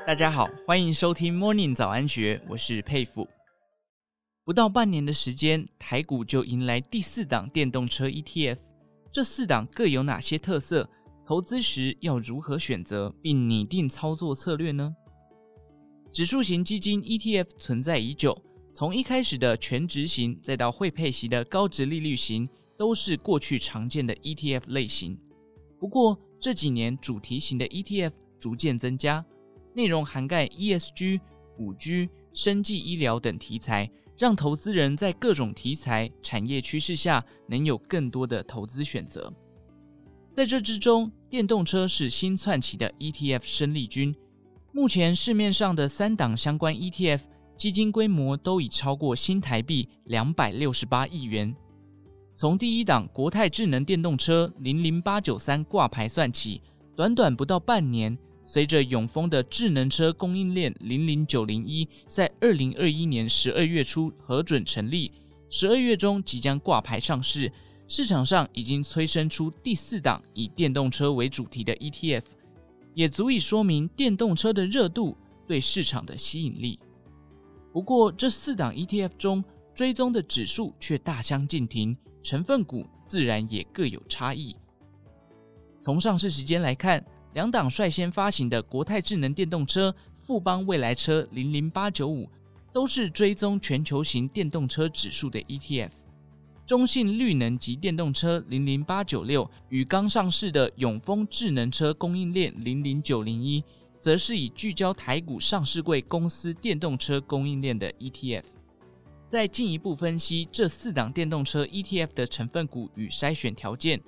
大家好，欢迎收听 Morning 早安学，我是佩服。不到半年的时间，台股就迎来第4档电动车 ETF。这4档各有哪些特色？投资时要如何选择，并拟定操作策略呢？指数型基金 ETF 存在已久，从一开始的全值型，再到汇配息的高殖利率型，都是过去常见的 ETF 类型。不过这几年主题型的 ETF 逐渐增加，内容涵盖 ESG、5G、生技医疗等题材，让投资人在各种题材、产业趋势下能有更多的投资选择。在这之中，电动车是新窜起的 ETF 生力军。目前市面上的3档相关 ETF 基金规模都已超过新台币268亿元。从第1档国泰智能电动车00893挂牌算起，短短不到半年，随着永丰的智能车供应链00901在2021年12月初核准成立，12月中即将挂牌上市，市场上已经催生出第4档以电动车为主题的 ETF， 也足以说明电动车的热度对市场的吸引力。不过这4档 ETF 中追踪的指数却大相径庭，成分股自然也各有差异。从上市时间来看，2档率先发行的国泰智能电动车、富邦未来车00895都是追踪全球型电动车指数的 ETF。 中信绿能及电动车00896与刚上市的永丰智能车供应链00901则是以聚焦台股上市柜公司电动车供应链的 ETF。 再进一步分析这4档电动车 ETF 的成分股与筛选条件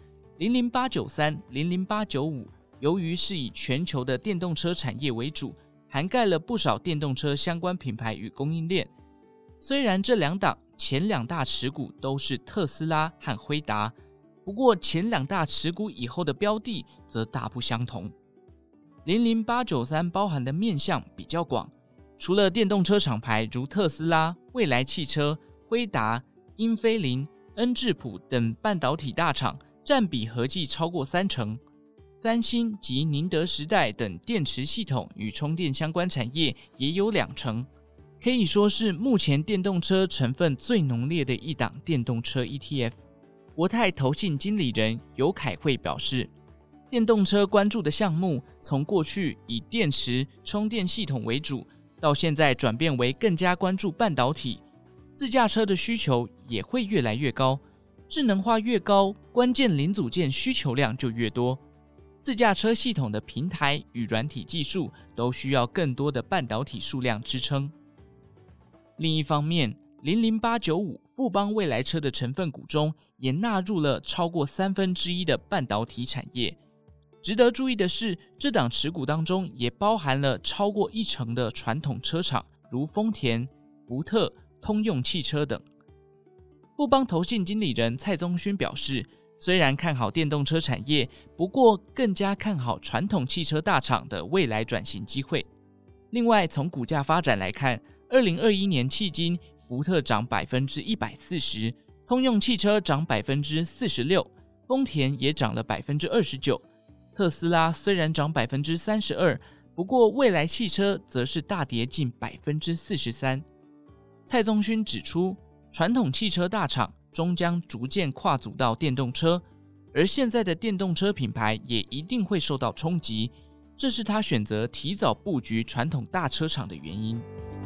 ，00893、00895由于是以全球的电动车产业为主，涵盖了不少电动车相关品牌与供应链。虽然这2档前2大持股都是特斯拉和辉达，不过前2大持股以后的标的则大不相同。00893包含的面向比较广，除了电动车厂牌如特斯拉、蔚来汽车、辉达、英飞凌、恩智浦等半导体大厂占比合计超过30%，三星及宁德时代等电池系统与充电相关产业也有20%，可以说是目前电动车成分最浓烈的一档电动车 ETF。 国泰投信经理人尤凯慧表示，电动车关注的项目从过去以电池、充电系统为主，到现在转变为更加关注半导体，自驾车的需求也会越来越高，智能化越高，关键零组件需求量就越多，自驾车系统的平台与软体技术都需要更多的半导体数量支撑。另一方面，00895富邦未来车的成分股中也纳入了超过1/3的半导体产业。值得注意的是，这档持股当中也包含了超过1成的传统车厂，如丰田、福特、通用汽车等。富邦投信经理人蔡宗勋表示，虽然看好电动车产业，不过更加看好传统汽车大厂的未来转型机会。另外，从股价发展来看，2021年迄今，福特涨 140%， 通用汽车涨 46%， 丰田也涨了 29%， 特斯拉虽然涨 32%， 不过未来汽车则是大跌近 43%。 蔡宗勋指出，传统汽车大厂终将逐渐跨足到电动车，而现在的电动车品牌也一定会受到冲击，这是他选择提早布局传统大车厂的原因。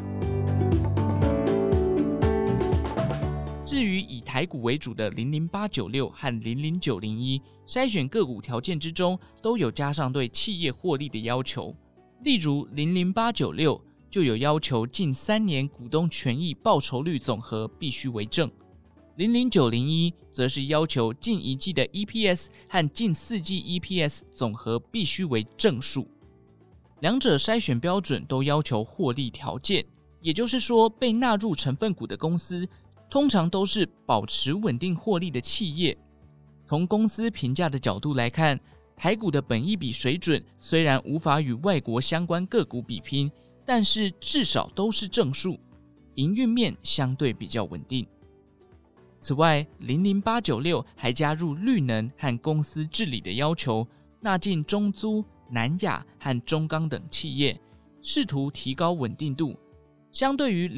至于以台股为主的00896和00901，筛选个股条件之中都有加上对企业获利的要求，例如00896就有要求近3年股东权益报酬率总和必须为正，00901则是要求近1季的 EPS 和近4季 EPS 总和必须为正数。两者筛选标准都要求获利条件，也就是说被纳入成分股的公司通常都是保持稳定获利的企业。从公司评价的角度来看，台股的本益比水准虽然无法与外国相关个股比拼，但是至少都是正数，营运面相对比较稳定。此外，00896还加入绿能和公司治理的要求，纳进中租、南亚和中钢等企业， 试图提高稳定度。相对于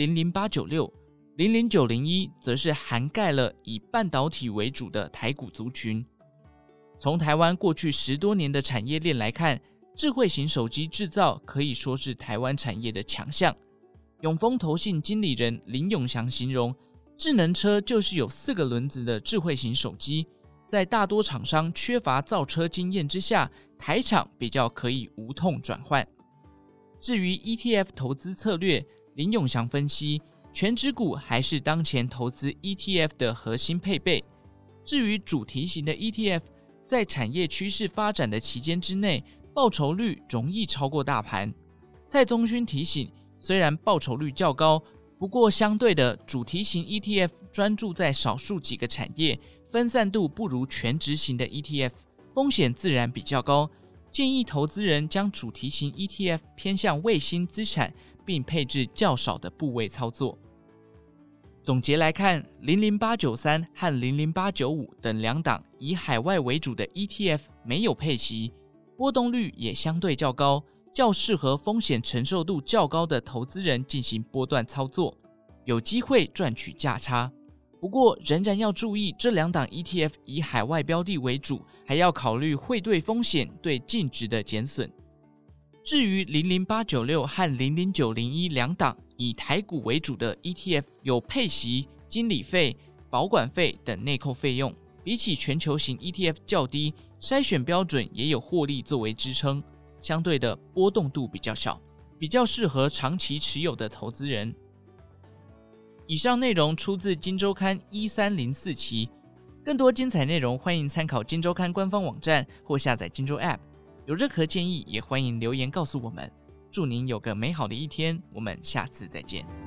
00896、00901则是涵盖了以半导体为主的台股族群。从台湾过去10多年的产业链来看，智慧型手机制造可以说是台湾产业的强项。永丰投信经理人林永祥形容，智能车就是有4个轮子的智慧型手机，在大多厂商缺乏造车经验之下，台厂比较可以无痛转换。至于 ETF 投资策略，林永祥分析，全指股还是当前投资 ETF 的核心配备。至于主题型的 ETF， 在产业趋势发展的期间之内，报酬率容易超过大盘。蔡宗勋提醒，虽然报酬率较高，不过相对的主题型 ETF 专注在少数几个产业，分散度不如全值型的 ETF， 风险自然比较高。建议投资人将主题型 ETF 偏向卫星资产，并配置较少的部位操作。总结来看， 00893 和00895等2档以海外为主的 ETF 没有配息，波动率也相对较高，较适合风险承受度较高的投资人进行波段操作，有机会赚取价差。不过仍然要注意，这2档 ETF 以海外标的为主，还要考虑汇兑风险对净值的减损。至于00896和00901两档以台股为主的 ETF， 有配息、经理费、保管费等内扣费用，比起全球型 ETF 较低，筛选标准也有获利作为支撑，相对的波动度比较小，比较适合长期持有的投资人。以上内容出自今周刊1304期，更多精彩内容欢迎参考今周刊官方网站或下载今周 App。有任何建议也欢迎留言告诉我们。祝您有个美好的一天，我们下次再见。